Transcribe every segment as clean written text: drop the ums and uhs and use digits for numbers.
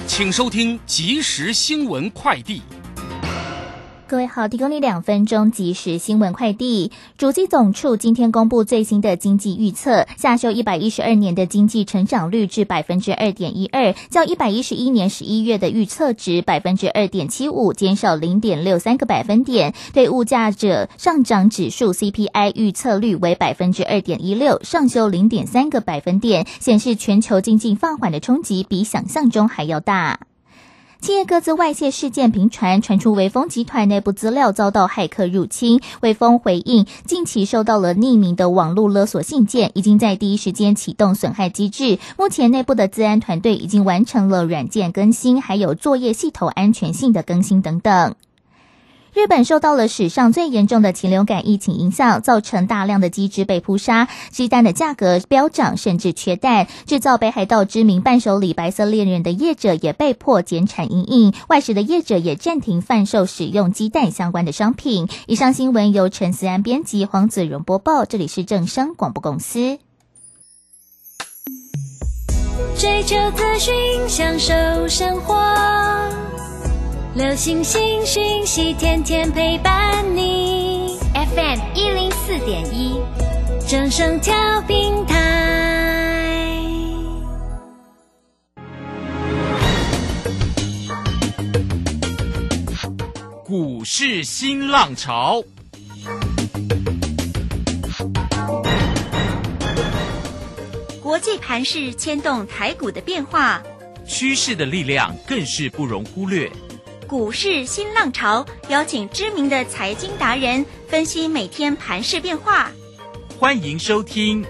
请收听即时新闻快递。 各位好，提供你2分钟即时新闻快递。主计总处今天公布最新的经济预测，下修112年的经济成长率至 2.12%， 较111年11月的预测值 2.75% 减少 0.63 个百分点。对物价者上涨指数 CPI 预测率为 2.16%， 上修 0.3 个百分点，显示全球经济放缓的冲击比想象中还要大。企业各自外泄事件频传，传出微风集团内部资料遭到骇客入侵。微风回应，近期收到了匿名的网络勒索信件，已经在第一时间启动损害机制。目前内部的资安团队已经完成了软件更新，还有作业系统安全性的更新等等。日本受到了史上最严重的禽流感疫情影响，造成大量的鸡只被扑杀，鸡蛋的价格飙涨，甚至缺蛋。制造北海道知名伴手礼白色恋人的业者也被迫减产因应，外食的业者也暂停贩售使用鸡蛋相关的商品。以上新闻由陈思安编辑，黄子荣播报，这里是正声广播公司。 追求资讯，享受生活，流行新讯息，天天陪伴你。FM 104.1，正声调频台。 股市新浪潮， 国际盘势牵动台股的变化， 趋势的力量更是不容忽略。 股市新浪潮邀请知名的财经达人分析每天盘势变化。 欢迎收听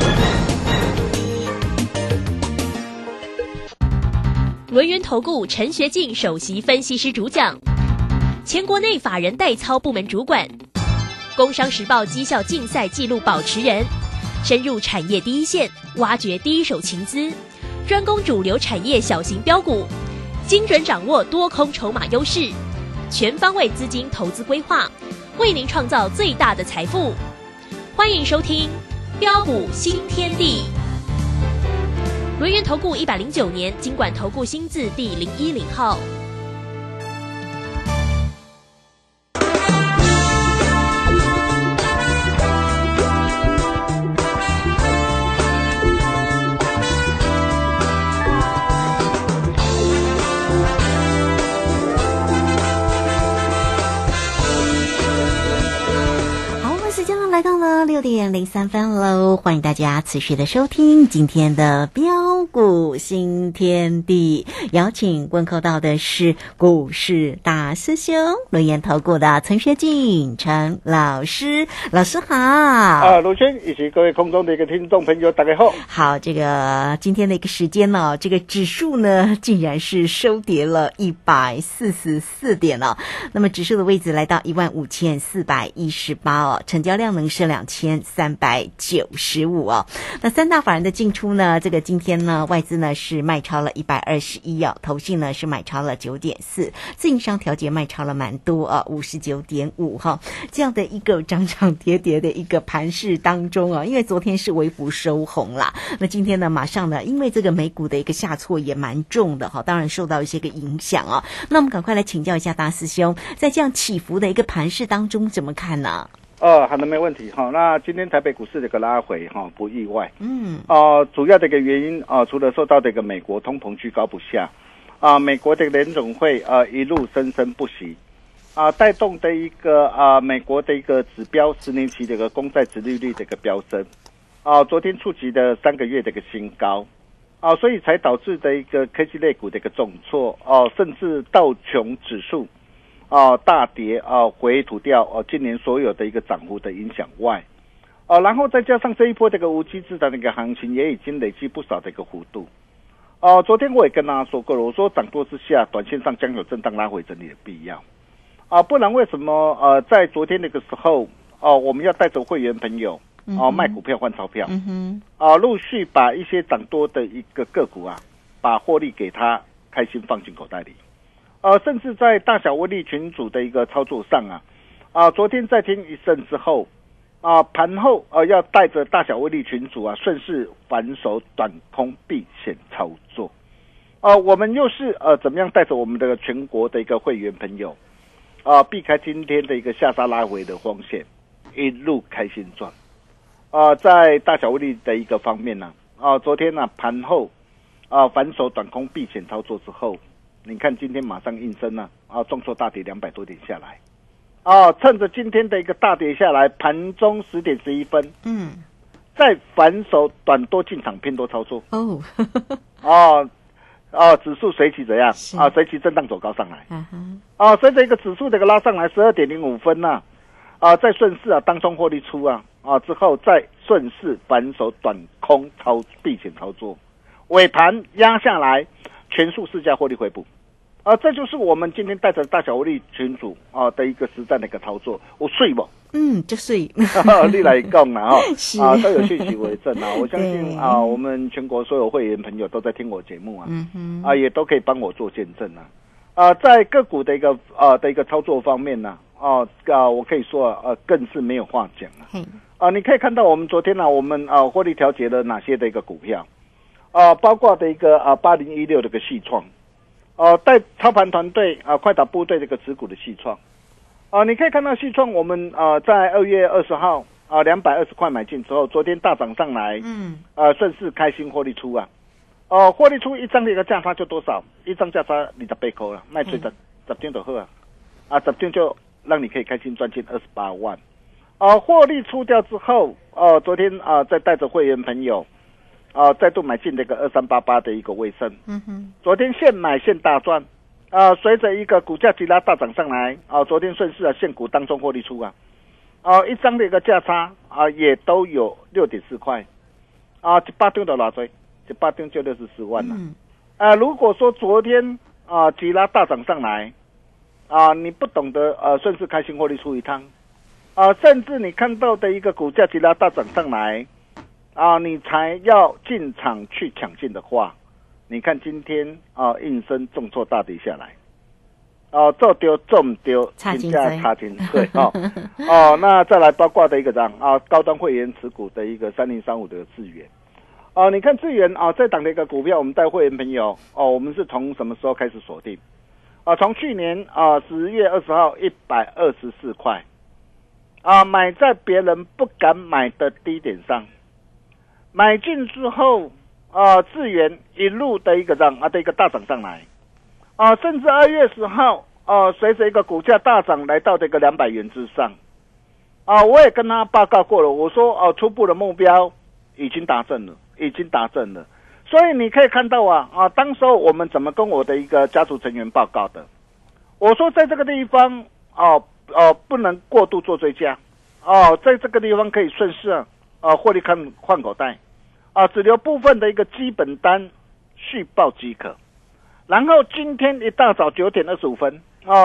轮源投顾陈学进首席分析师主讲，前国内法人代操部门主管，工商时报绩效竞赛纪录保持人，深入产业第一线，挖掘第一手情资，专攻主流产业小型标股，精准掌握多空筹码优势，全方位资金投资规划，为您创造最大的财富。欢迎收听标股新天地。轮源投顾109年金管投顾新字第010号。 来到了6点03分喽，欢迎大家持续的收听今天的标股新天地，邀请问候到的是股市大师兄轮源投顾的陈学进陈老师，老师好。 卢轩以及各位空中的一个听众朋友大家好。 好，这个今天的一个时间呢，这个指数呢竟然是收跌了144点哦，那么指数的位置来到15418哦，成交量呢是2395哦。那三大法人的进出呢，这个今天呢外资呢是卖超了121哦，投信呢是买超了 9.4， 自营商调节卖超了蛮多啊 59.5 哈。这样的一个涨涨跌跌的一个盘势当中啊，因为昨天是微幅收红啦，那今天呢马上呢因为这个美股的一个下挫也蛮重的哈，当然受到一些个影响啊。那我们赶快来请教一下大师兄，在这样起伏的一个盘势当中怎么看呢？ 好的，没问题哈。那今天台北股市的一个拉回哈，不意外。主要的一个原因除了受到这个美国通膨居高不下美国的联总会一路生生不息带动的一个美国的一个指标10年期的一个公债殖利率的一个飙升昨天触及的3个月的一个新高所以才导致的一个科技类股的一个重挫甚至道琼指数大跌回吐掉今年所有的一个涨幅的影响外然后再加上这一波这个无稽之谈的一个行情也已经累积不少的一个幅度昨天我也跟大家说过了，我说涨多之下短线上将有震荡拉回整理的必要不然为什么在昨天那个时候我们要带着会员朋友卖股票换钞票陆续把一些涨多的一个个股把获利给他开心放进口袋里甚至在大小威力群组的一个操作上昨天再听一声之后盘后要带着大小威力群组顺势反手短空避险操作我们又是怎么样带着我们的全国的一个会员朋友避开今天的一个下杀拉回的风险，一路开心赚在大小威力的一个方面呢昨天呢盘后反手短空避险操作之后，你看今天马上应声了重挫大跌200多点下来趁着今天的一个大跌下来，盘中10点11分再反手短多进场偏多操作指数随即怎样随即震荡走高上来随着一个指数的一个拉上来12点05分再顺势当中获利出之后再顺势反手短空避险操作，尾盘压下来全数市价获利回补这就是我们今天带着大小威力群组的一个实战的一个操作，有水不？ 就水你来讲啦都有讯息为证我相信我们全国所有会员朋友都在听我节目也都可以帮我做见证在个股的一个操作方面呢我可以说更是没有话讲你可以看到我们昨天我们获利调节了哪些的一个股票包括的一个8016的一个细创带操盘团队快打部队这个持股的细创你可以看到细创我们在2月20号220块买进之后，昨天大涨上来顺势开心获利出获利出一张的一个价差就多少？一张价差28块了，卖最10天就好10天就让你可以开心赚进28万获利出掉之后昨天再带着会员朋友再度买进这个2388的一个卫生昨天现买现大赚随着一个股价急拉大涨上来昨天顺势现股当中获利出一张的一个价差也都有6.4块18张就多少？18张就64万了如果说昨天急拉大涨上来你不懂得顺势开心获利出一趟甚至你看到的一个股价急拉大涨上来你才要进场去抢进的话，你看今天应声重挫大跌下来做丢做不丢差劲对那再来包括的一个高端会员持股的一个3035的智原你看智原这档的一个股票，我们带会员朋友我们是从什么时候开始锁定从去年10月20号124块买在别人不敢买的低点上，买进之后智原一路的一个的一个大涨上来甚至2月10号随着一个股价大涨来到这个200元之上我也跟他报告过了，我说初步的目标已经达成了，所以你可以看到当时候我们怎么跟我的一个家族成员报告的，我说在这个地方不能过度做追加在这个地方可以顺势获利换口袋只留部分的一个基本单续报即可。然后今天一大早9点25分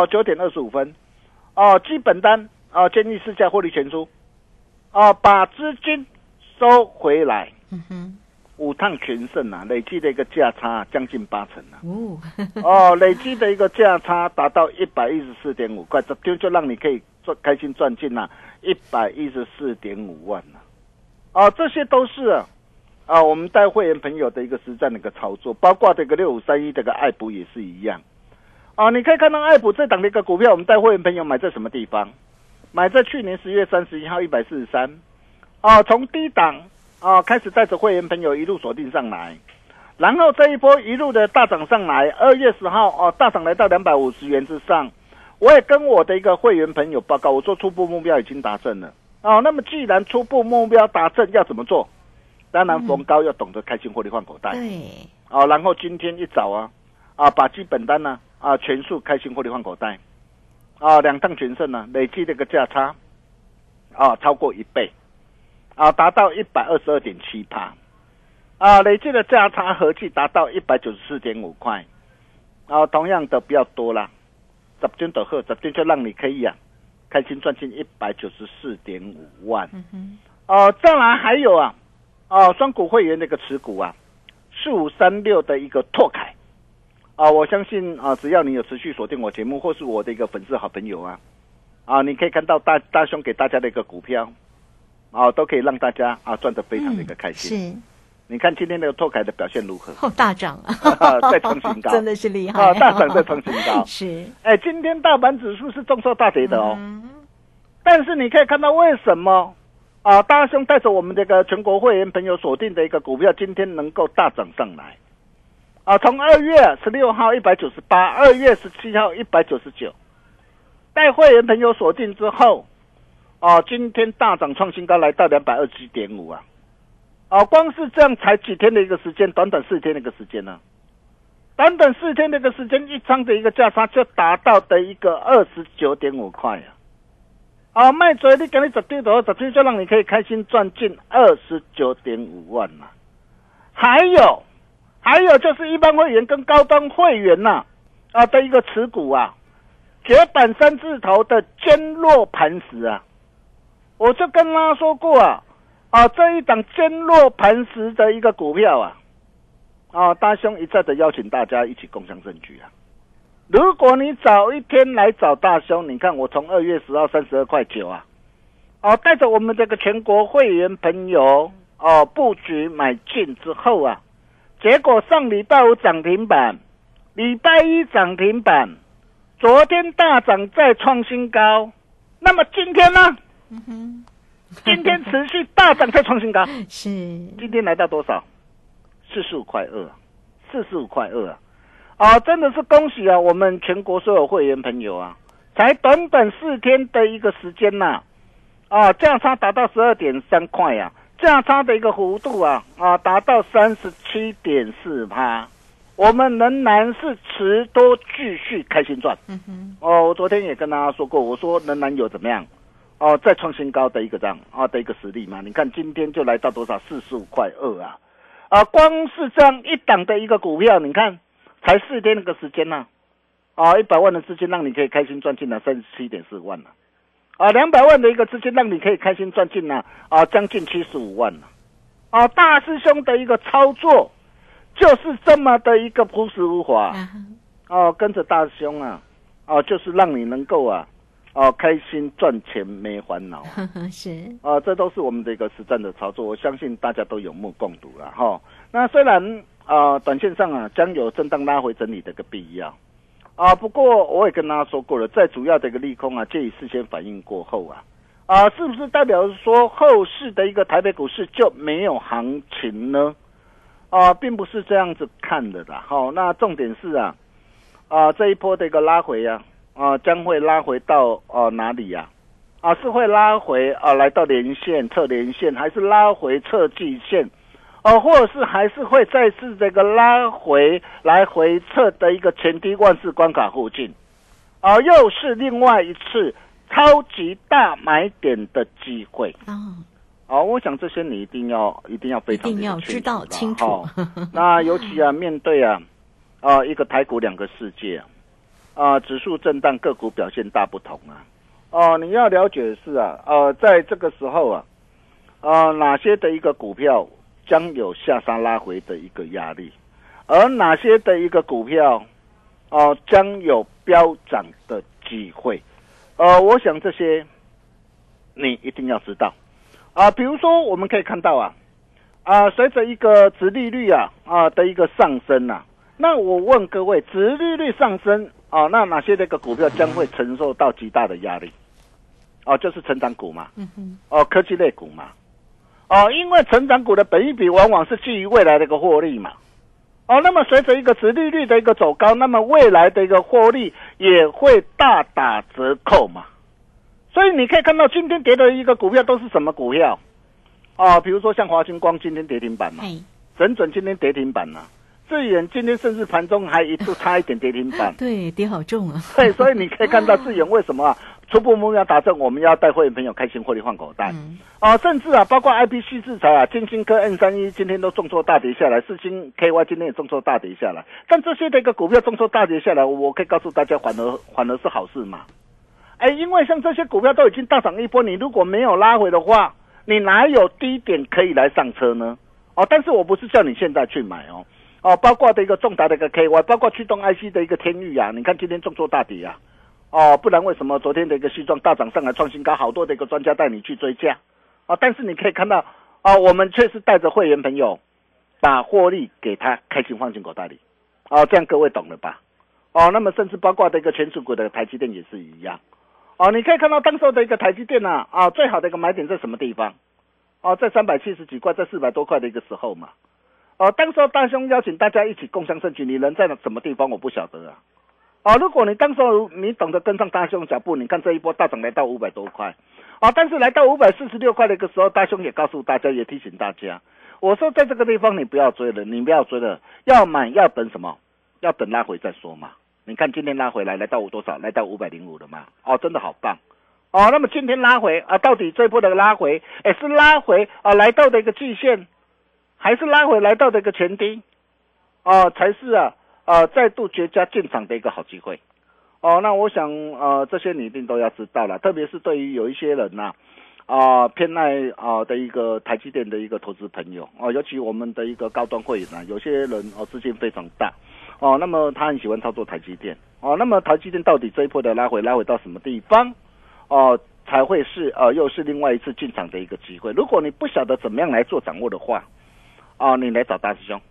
基本单建议市价获利全出把资金收回来5趟全胜累计的一个价差将近80%累计的一个价差达到114.5块，10天就让你可以开心赚进114.5万这些都是我们带会员朋友的一个实战的一个操作，包括这个6531这个爱普也是一样你可以看到爱普这档的一个股票，我们带会员朋友买在什么地方？买在去年10月31号143从低档开始带着会员朋友一路锁定上来，然后这一波一路的大涨上来，2月10号大涨来到250元之上，我也跟我的一个会员朋友报告，我说初步目标已经达成了那么既然初步目标达成，要怎么做？当然逢高要懂得开心获利换口袋对然后今天一早把基本单全数开心获利换口袋2趟全胜累计这个价差超过1倍达到122.7%累计的价差合计达到194.5块同样的不要多啦，10天就好，10天就让你可以开心赚进194.5万再来还有双股会员的一个持股4536的一个拓凯我相信只要你有持续锁定我节目或是我的一个粉丝好朋友你可以看到大兄给大家的一个股票都可以让大家赚得非常的一个开心是你看今天那个拓凯的表现如何？ 大涨再创新高， 真的是厉害大涨再创新高。 是， 今天大盘指数是重挫大跌的哦。但是你可以看到为什么大兄带着我们这个全国会员朋友锁定的一个股票，今天能够大涨上来从2月16号198，2月17号199，带会员朋友锁定之后今天大涨创新高，来到227.5光是这样才几天的一个时间，短短4天的一个时间呢，短短4天的一个时间，一张的一个价差就达到的一个29.5块卖嘴你给你10对头，10对就让你可以开心赚进29.5万了。还有就是一般会员跟高端会员的一个持股绝版3字头的坚若磐石我就跟他说过这一档坚若磐石的一个股票大兄一再的邀请大家一起共襄盛举如果你早一天来找大兄，你看我从2月10号32.9块带着我们这个全国会员朋友布局买进之后结果上礼拜五涨停板，礼拜一涨停板，昨天大涨再创新高，那么今天呢？今天持续大涨再创新高， 是今天来到多少？45.2块，45.2块真的是恭喜我们全国所有会员朋友才短短4天的一个时间价差达到12.3块价差的一个幅度达到37.4%，我们仍然是持多继续开心赚。我昨天也跟大家说过，我说仍然有怎么样再创新高的一个这样的一个实力嘛。你看今天就来到多少？45.2块光是这样一档的一个股票，你看才4天那个时间100万的资金让你可以开心赚进了37.4万了，200万的一个资金让你可以开心赚进了将近75万了大师兄的一个操作就是这么的一个朴实无华跟着大师兄就是让你能够开心赚钱没烦恼是这都是我们的一个实战的操作，我相信大家都有目共睹了那虽然短线上将有震荡拉回整理的一个必要不过我也跟大家说过了，在主要的一个利空借以事先反应过后是不是代表说后市的一个台北股市就没有行情呢？并不是这样子看的啦那重点是这一波的一个拉回将会拉回到哪里是会拉回来到连线测连线，还是拉回测季线或者是还是会再次这个拉回来回测的一个前低万四关卡附近又是另外一次超级大买点的机会我想这些你一定要非常的知道清楚那尤其面对一个台股2个世界指数震荡，个股表现大不同你要了解的是在这个时候哪些的一个股票将有下杀拉回的一个压力，而哪些的一个股票将有飙涨的机会我想这些你一定要知道比如说我们可以看到随着一个殖利率的一个上升那我问各位，殖利率上升那哪些的一个股票将会承受到极大的压力就是成长股嘛科技类股嘛因为成长股的本益比往往是基于未来的一个获利嘛那么随着一个殖利率的一个走高，那么未来的一个获利也会大打折扣嘛。所以你可以看到今天跌的一个股票都是什么股票比如说像华星光今天跌停板嘛，整整今天跌停板智远今天甚至盘中还一度差一点跌停板对，跌好重对，所以你可以看到智远为什么初步目标达成，我们要带会员朋友开心获利换口袋甚至包括 IPC 制裁金星科 N31 今天都重挫大跌下来，世芯 KY 今天也重挫大跌下来，但这些的一个股票重挫大跌下来，我可以告诉大家反而是好事嘛因为像这些股票都已经大涨一波，你如果没有拉回的话，你哪有低点可以来上车呢但是我不是叫你现在去买包括的一个重达的一个 KY， 包括驱动 IC 的一个天钰你看今天重挫大跌不然为什么昨天的一个西装大涨上来创新高，好多的一个专家带你去追价但是你可以看到我们却是带着会员朋友把获利给它开心放进口袋里，这样各位懂了吧？那么甚至包括的一个全指股的台积电也是一样，你可以看到当时的一个台积电最好的一个买点在什么地方？在370几块，在400多块的一个时候嘛。当时大兄邀请大家一起共襄盛举，你人在什么地方我不晓得啊。如果你当时你懂得跟上大兄脚步，你看这一波大涨来到500多块，但是来到546块的一个时候，大兄也告诉大家，也提醒大家，我说在这个地方你不要追了，要买要等什么？要等拉回再说嘛。你看今天拉回来到多少？来到505了嘛。真的好棒。那么今天拉回到底这一波的拉回，是拉回来到的一个季线，还是拉回来到的一个前低？才是再度绝佳进场的一个好机会。那我想这些你一定都要知道了，特别是对于有一些人偏爱的一个台积电的一个投资朋友尤其我们的一个高端会员有些人资金非常大那么他很喜欢操作台积电那么台积电到底这一波的拉回到什么地方才会是又是另外一次进场的一个机会。如果你不晓得怎么样来做掌握的话你来找大师兄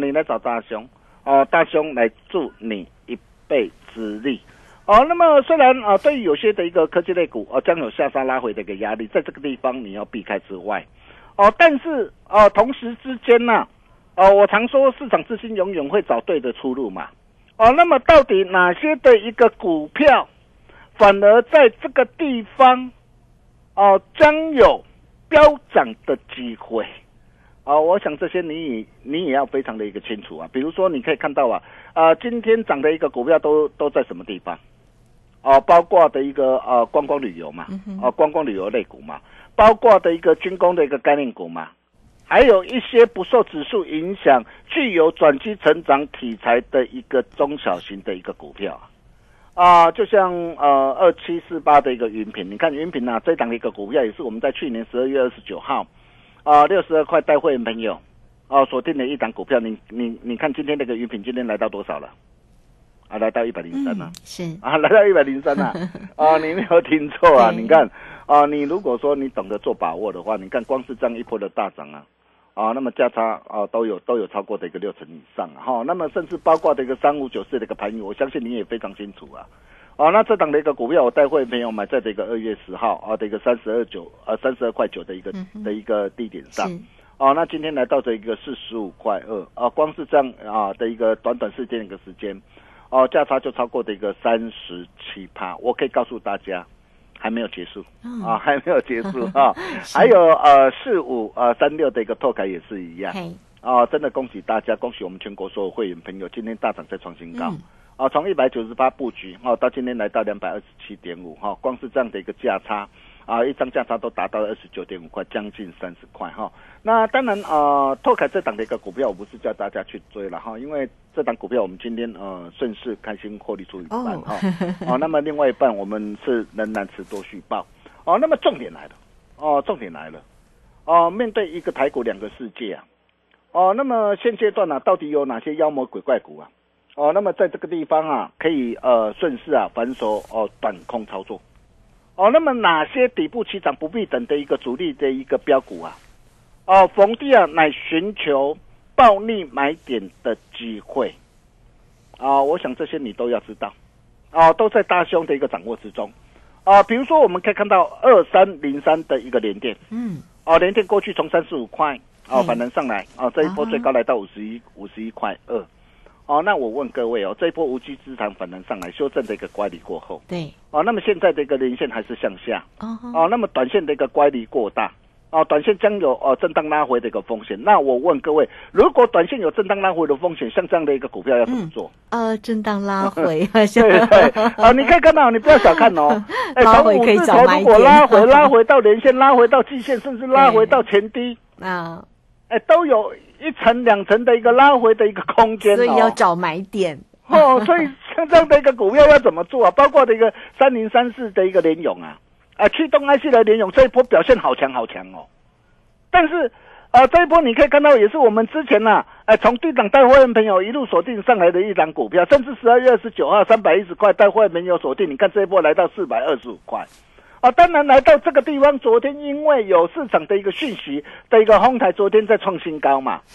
大兄来助你一臂之力那么虽然对于有些的一个科技类股将有下杀拉回的一个压力，在这个地方你要避开之外但是同时之间我常说市场资金永远会找对的出路嘛那么到底哪些的一个股票反而在这个地方将有飙涨的机会我想这些你也要非常的一个清楚比如说你可以看到今天涨的一个股票都在什么地方包括的一个观光旅游嘛观光旅游类股嘛，包括的一个军工的一个概念股嘛，还有一些不受指数影响具有转机成长题材的一个中小型的一个股票就像2748的一个云品，你看云品这档的一个股票也是我们在去年12月29号62块带会员朋友锁定的一档股票，你看今天那个云品今天来到多少了来到103了是来到103你没有听错你看你如果说你懂得做把握的话，你看光是这样一波的大涨那么价差都有超过的一个60%以上那么甚至包括的一个3594的一个盘语，我相信你也非常清楚那这档的一个股票我带会朋友买在这个2月10号的一个32块9的一个低点上那今天来到这一个45块2光是这样的一个短4天的一个时间价差就超过的一个37%，我可以告诉大家还没有结束还没有结束还有4536的一个拓凯也是一样真的恭喜大家，恭喜我们全国所有会员朋友，今天大涨再创新高从198布局到今天来到227.5光是这样的一个价差一张价差都达到了29.5块，将近30块那当然拓凯这档的一个股票我不是叫大家去追了因为这档股票我们今天顺势开心获利出一半那么另外一半我们是仍然持多续报那么重点来了面对一个台股两个世界那么现阶段到底有哪些妖魔鬼怪股那么在这个地方可以顺势反手短空操作那么哪些底部起涨不必等的一个主力的一个标股逢低乃寻求暴利买点的机会我想这些你都要知道都在大兄的一个掌握之中比如说我们可以看到2303的一个联电联电过去从35块反弹上来这一波最高来到51块2那我问各位这一波无稽之谈反弹上来修正的一个乖离过后对那么现在的一个连线还是向下那么短线的一个乖离过大短线将有震荡拉回的一个风险。那我问各位，如果短线有震荡拉回的风险，像这样的一个股票要怎么做？ 震荡拉回对你可以看到，你不要小看拉回可以找买点， 如果拉回到连线，拉回到季线，甚至拉回到前低都有1层2层的一个拉回的一个空间， 所以要找买点所以像这样的一个股票要怎么做包括的一个3034的一个联咏驱动 IC 的联咏这一波表现好强但是这一波你可以看到也是我们之前从低档带会员朋友一路锁定上来的一档股票，甚至12月29号310块带会员朋友锁定，你看这一波来到425块当然来到这个地方，昨天因为有市场的一个讯息的一个哄抬，昨天在创新高嘛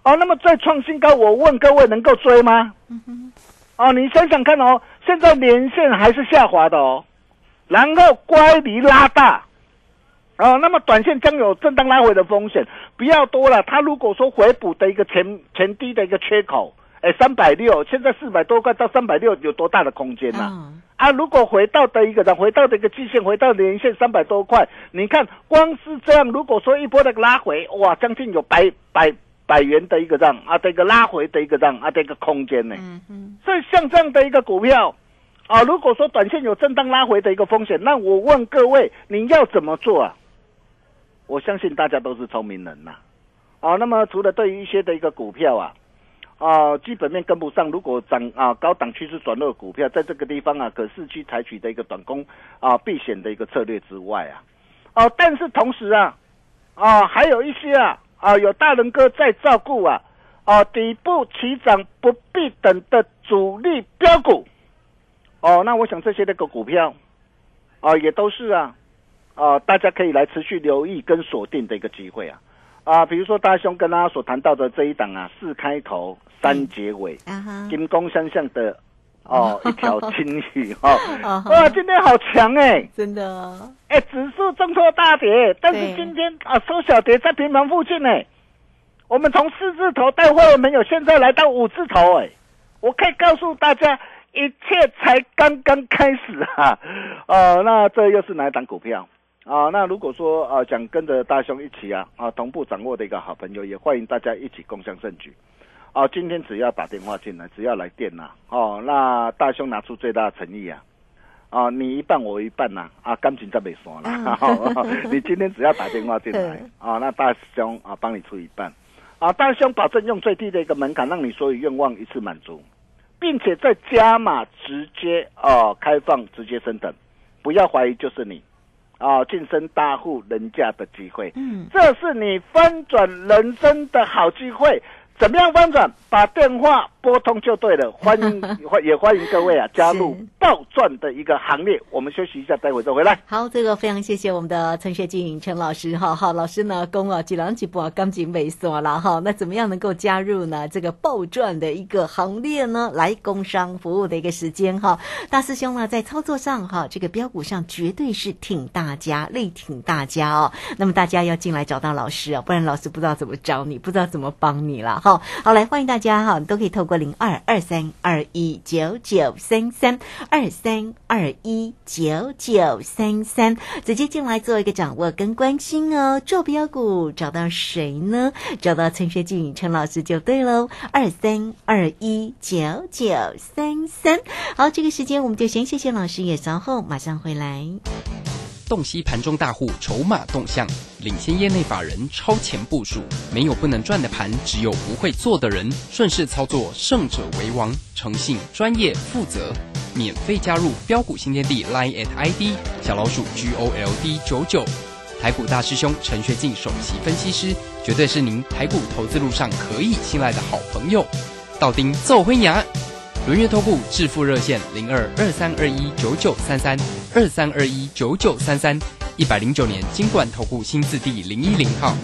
那么再创新高，我问各位能够追吗？你想想看哦，现在年线还是下滑的哦，然后乖离拉大，那么短线将有震荡拉回的风险，不要多了。它如果说回补的一个前低的一个缺口，360，现在400多块到360有多大的空间如果回到的一个季线，回到年线300多块，你看光是这样，如果说一波的拉回，哇，将近有百元的一个这样的一个拉回的一个这样的一个空间呢。所以像这样的一个股票如果说短线有震荡拉回的一个风险，那我问各位，你要怎么做啊？我相信大家都是聪明人那么除了对于一些的一个股票基本面跟不上，如果高档趋势转弱的股票，在这个地方可视去采取的一个短攻避险的一个策略之外但是同时还有一些有大人哥在照顾底部起涨不必等的主力标股那我想这些那个股票也都是大家可以来持续留意跟锁定的一个机会比如说大兄跟大家所谈到的这一档4开头3结尾金光相向的一条金鱼哇，今天好强真的指数重挫大跌，但是今天收小跌在平盘附近我们从4字头带会员朋友现在来到5字头我可以告诉大家，一切才刚刚开始那这又是哪一档股票那如果说想跟着大兄一起同步掌握的一个好朋友，也欢迎大家一起共襄盛举今天只要打电话进来，只要来电那大兄拿出最大的诚意你一半我一半感情再没说了你今天只要打电话进来那大兄帮你出一半大兄保证用最低的一个门槛，让你所有愿望一次满足，并且再加码直接开放直接升等，不要怀疑就是你晋升大户人家的机会，这是你翻转人生的好机会。怎么样翻转？把电话拨通就对了。也欢迎各位加入暴赚的一个行列。我们休息一下，待会再回来。 好，这个非常谢谢我们的陈学进陈老师好，老师呢讲几两几步钢筋没锁啦那怎么样能够加入呢这个暴赚的一个行列呢？来工商服务的一个时间大师兄呢在操作上这个标股上绝对是挺大家力挺大家那么大家要进来找到老师不然老师不知道怎么找你，不知道怎么帮你啦好，来欢迎大家都可以透过0223219933 23219933直接进来做一个掌握跟关心做标股找到谁呢？找到陈学进陈老师就对喽，23219933。好，这个时间我们就先谢谢老师，也稍后马上回来。 洞悉盘中大户筹码动向，领先业内法人超前部署，没有不能赚的盘，只有不会做的人。顺势操作，胜者为王。诚信、专业、负责，免费加入标股新天地 Line ID 小老鼠 GOLD99。台股大师兄陈学进首席分析师，绝对是您台股投资路上可以信赖的好朋友。道丁奏辉牙。轮月投顾致富热线0223219933 23219933，109年金管投顾新字第010号。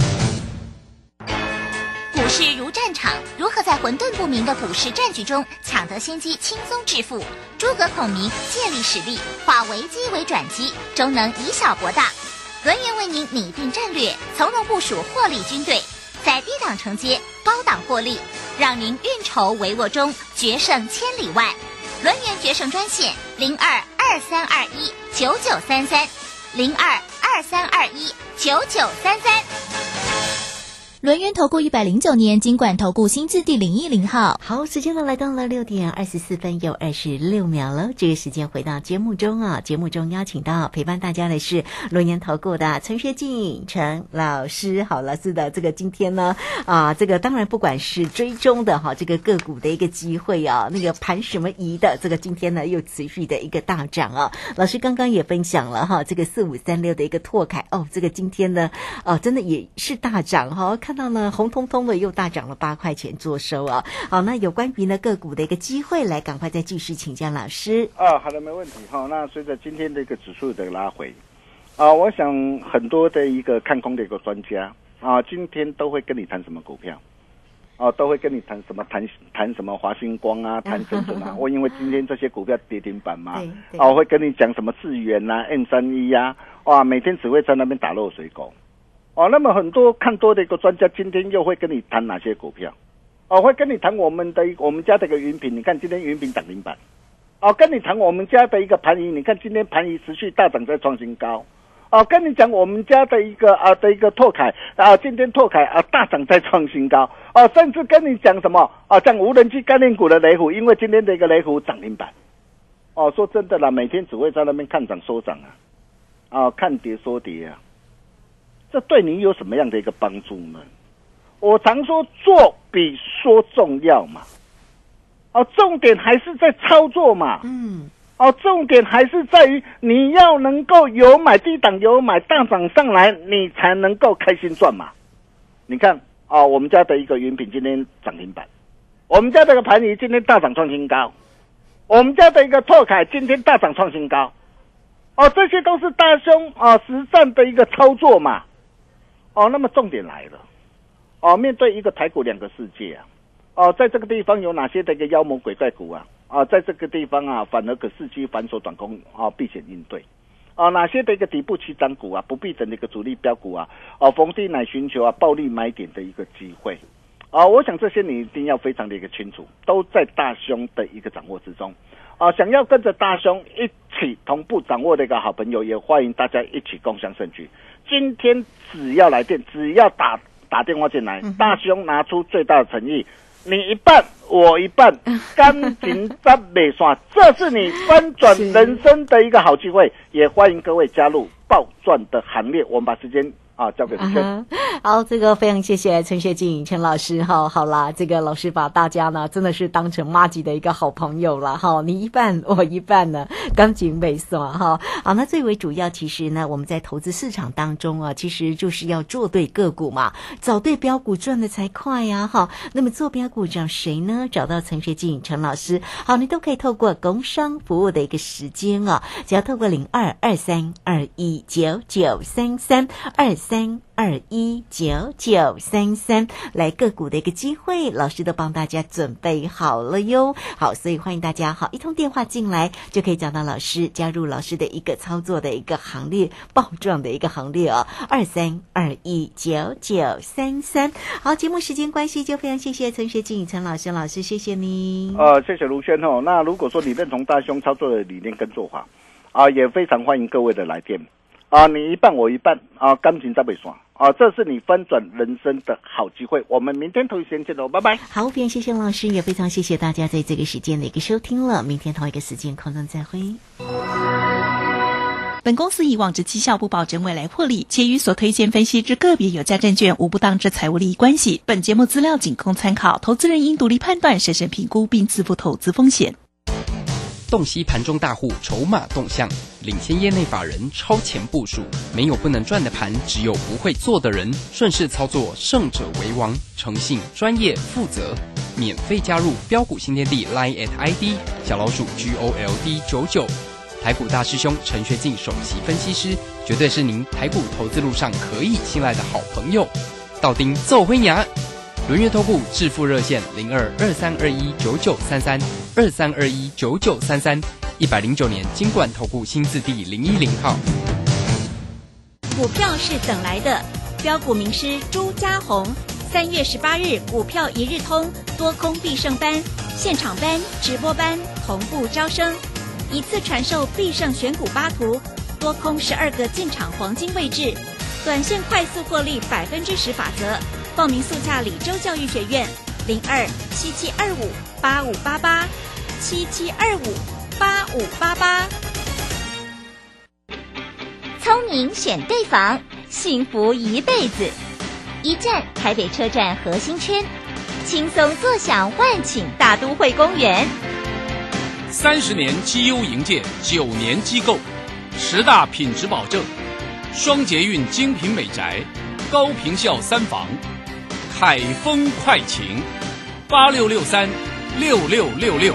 股市如战场，如何在混沌不明的股市战局中抢得先机，轻松致富？诸葛孔明借力使力，化危机为转机，终能以小博大。轮源为您拟定战略，从容部署获利军队，在低档承接，高档获利，让您运筹帷幄中决胜千里外。轮源决胜专线0223219933 0223219933。 轮源投顾109年金管投顾新字第010号。 好，时间呢来到了6点24分又26秒了。这个时间回到节目中节目中邀请到陪伴大家的是轮源投顾的陈学进陈老师。好，老师的这个今天呢这个当然不管是追踪的这个个股的一个机会那个盘什么仪的这个今天呢又持续的一个大涨老师刚刚也分享了这个4536的一个拓凯这个今天呢真的也是大涨看到呢红彤彤的又大涨了8块钱做收好，那有关于呢个股的一个机会，来赶快再继续请教老师好的，没问题那随着今天的一个指数的拉回我想很多的一个看空的一个专家今天都会跟你谈什么股票都会跟你谈什么华星光啊，谈深圳啊。因为今天这些股票跌停板嘛，会跟你讲什么智原啊、M31啊，哇，每天只会在那边打落水狗。那么很多看多的一个专家，今天又会跟你谈哪些股票？会跟你谈我们家的一个云品，你看今天云品涨停板。跟你谈我们家的一个盘仪，你看今天盘仪持续大涨，在创新高。跟你讲我们家的一个拓凯今天拓凯大涨在创新高甚至跟你讲什么像无人机概念股的雷虎，因为今天的一个雷虎涨停板说真的啦，每天只会在那边看涨说涨看跌说跌啊，这对你有什么样的一个帮助呢？我常说做比说重要嘛，重点还是在操作嘛，重点还是在于你要能够有买低档有买大涨上来，你才能够开心赚嘛。你看我们家的一个云品今天涨停板，我们家的一个盘仪今天大涨创新高，我们家的一个拓凯今天大涨创新高，这些都是大兄实战的一个操作嘛。那么重点来了，面对一个台股两个世界在这个地方有哪些的一个妖魔鬼怪股在这个地方反而可伺机反手短空避险应对哪些的一个底部起涨股不必等的一个主力标股逢低乃寻求暴利买点的一个机会我想这些你一定要非常的一个清楚，都在大兄的一个掌握之中想要跟着大兄一起同步掌握的一个好朋友，也欢迎大家一起共享盛举。今天只要来电，只要打电话进来，大兄拿出最大的诚意，你一半我一半，感情咱袂散，这是你翻转人生的一个好机会，也欢迎各位加入暴赚的行列。我们把时间交给卢轩。 好，这个非常谢谢陈学进陈老师好啦，这个老师把大家呢真的是当成麻吉的一个好朋友了你一半我一半呢，感情袂散好，那最为主要其实呢，我们在投资市场当中其实就是要做对个股嘛，找对标股赚的才快那么做标股找谁呢？找到陈学进陈老师好，你都可以透过工商服务的一个时间只要透过022321993323219933来个股的一个机会，老师都帮大家准备好了哟。好，所以欢迎大家一通电话进来就可以找到老师，加入老师的一个操作的一个行列，暴赚的一个行列2321999933。好，节目时间关系就非常谢谢陈学进陈老师，谢谢你。 谢谢卢轩那如果说你认同大兄操作的理念跟做法也非常欢迎各位的来电你一半我一半感情在北爽这是你翻转人生的好机会。我们明天同一时间见喽，拜拜。 好，非常谢谢老师，也非常谢谢大家在这个时间的一个收听了，明天同一个时间空中再会。 本公司以往之绩效不保证未来获利，且与所推荐分析之个别有价证券无不当之财务利益关系。本节目资料仅供参考，投资人应独立判断、审慎评估并自负投资风险。 洞悉盘中大户筹码动向，领先业内法人超前部署，没有不能赚的盘，只有不会做的人。顺势操作，胜者为王。诚信、专业、负责，免费加入标股新天地 LINE@ ID 小老鼠 GOLD99。台股大师兄陈学进首席分析师，绝对是您台股投资路上可以信赖的好朋友。道丁奏辉牙。轮月投顾致富热线0223219933，23219933，109年金管投顾新字第010号。 股票是等来的，标股名师朱家红，3月18日股票一日通多空必胜班，现场班、直播班同步招生，一次传授必胜选股8图，多空12个进场黄金位置，短线快速获利10%法则。报名速洽李州教育学院02-7725-8588，7725-8588。 聪明选对房，幸福一辈子。一站台北车站核心圈，轻松坐享万顷大都会公园。 30年绩优营建，9年机构，10大品质保证，双捷运精品美宅，高坪效3房。海风快晴，86636666。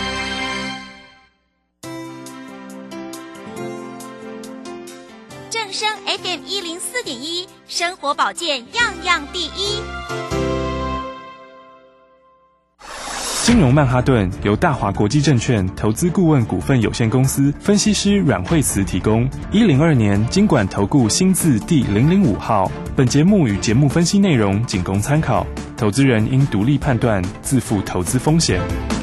正声 FM104.1，生活保健样样第一。 金融曼哈顿由大华国际证券投资顾问股份有限公司分析师阮惠慈提供。102年金管投顾新字第005号。本节目与节目分析内容仅供参考，投资人应独立判断，自负投资风险。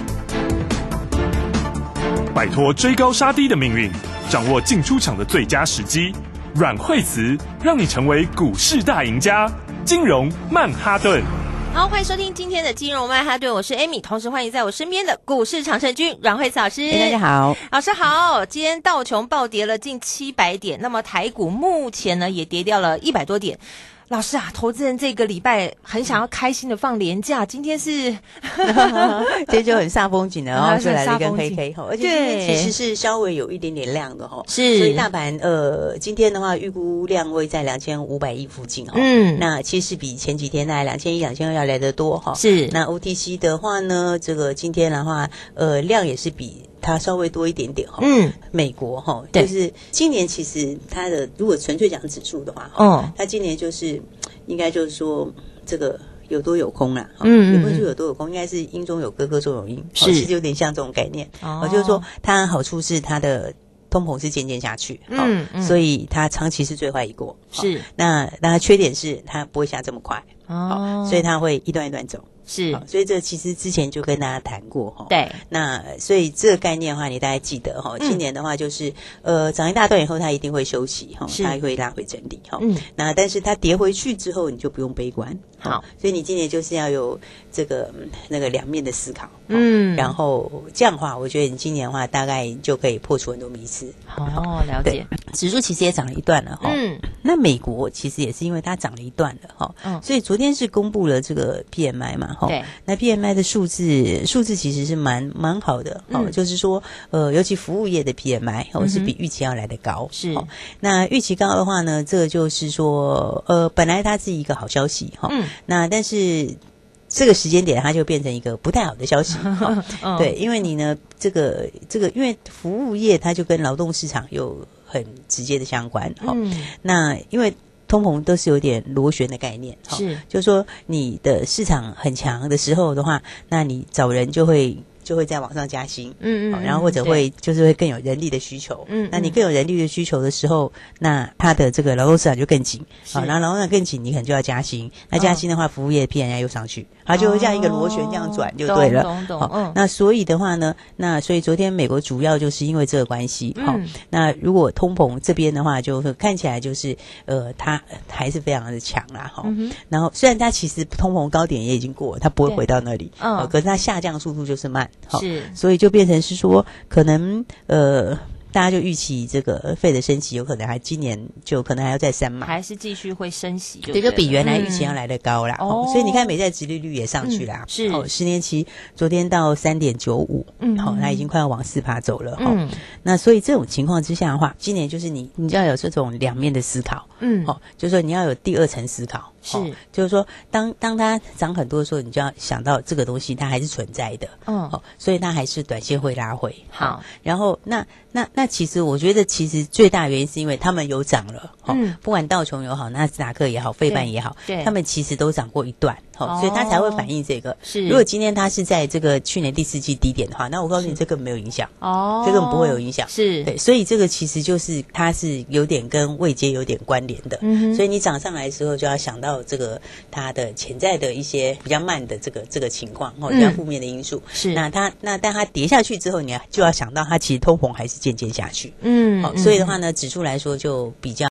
摆脱追高杀低的命运，掌握进出场的最佳时机。阮惠慈让你成为股市大赢家。金融曼哈顿。 好，欢迎收听今天的金融曼哈顿，我是 Amy， 同时欢迎在我身边的股市常胜军阮惠慈老师。 大家好， 老师好。今天道琼暴跌了近700点，那么台股目前呢也跌掉了100多点。老师啊，投资人这个礼拜很想要开心的放连假，今天是今天就很煞风景了，然后就来了一根黑 K 而且今天其实是稍微有一点点量的是， 所以大盘今天的话预估量会在2500亿附近那其实比前几天大概2100、2200要来得多是。 那 OTC 的话呢，这个今天的话量也是比它稍微多一点点美国就是今年其实它的如果纯粹讲指数的话它今年就是应该就是说这个有多有空啦也不是说有多有空，应该是因中有歌，歌中有因其实有点像这种概念就是说它好处是它的通膨是渐渐下去所以它长期是最坏一过是。 那它缺点是它不会下这么快所以它会一段一段走是。 所以这其实之前就跟大家谈过对。 那所以这个概念的话你大概记得今年的话就是涨一大段以后它一定会休息它会拉回整理那但是它跌回去之后你就不用悲观好。 所以你今年就是要有这个那个两面的思考然后这样的话我觉得你今年的话大概就可以破除很多迷思了解。 指数其实也涨了一段了那美国其实也是因为它涨了一段了所以昨天是公布了这个 PMI 嘛对。 那 PMI 的数字其实是蛮好的就是说尤其服务业的 PMI 是比预期要来得高是。 那预期高的话呢，这个就是说本来它是一个好消息那但是这个时间点它就变成一个不太好的消息对，因为你呢这个因为服务业它就跟劳动市场有很直接的相关那因为通膨都是有点螺旋的概念是。 就是说你的市场很强的时候的话，那你找人就会再往上加薪然后或者会更有人力的需求那你更有人力的需求的时候，那它的这个劳动市场就更紧然后劳动市场更紧，你可能就要加薪那加薪的话服务业 PMI 又上去它就会这样一个螺旋这样转就对了懂那所以的话呢，那所以昨天美国主要就是因为这个关系那如果通膨这边的话就看起来就是它还是非常的强啦然后虽然它其实通膨高点也已经过了，它不会回到那里可是它下降速度就是慢是。 所以就变成是说可能大家就预期这个Fed的升息有可能还今年就可能还要再3码， 还是继续会升息对，就比原来预期要来得高啦所以你看美债殖利率也上去啦是 10年期昨天到 3.95 它已经快要往 4% 走了那所以这种情况之下的话，今年就是你就要有这种两面的思考就是说你要有第二层思考是就是说当它涨很多的时候，你就要想到这个东西它还是存在的所以它还是短线会拉回好然后那其实我觉得其实最大原因是因为他们有涨了不管道琼也好，纳斯达克也好，费半也好他们其实都涨过一段所以它才会反映这个是。 如果今天它是在这个去年第4季低点的话，那我告诉你这个没有影响这个不会有影响是对，所以这个其实就是它是有点跟位阶有点关联的所以你涨上来的时候就要想到这个它的潜在的一些比较慢的这个情况比较负面的因素是。 但它跌下去之后，你就要想到它其实通膨还是渐渐下去所以的话呢指数来说就比较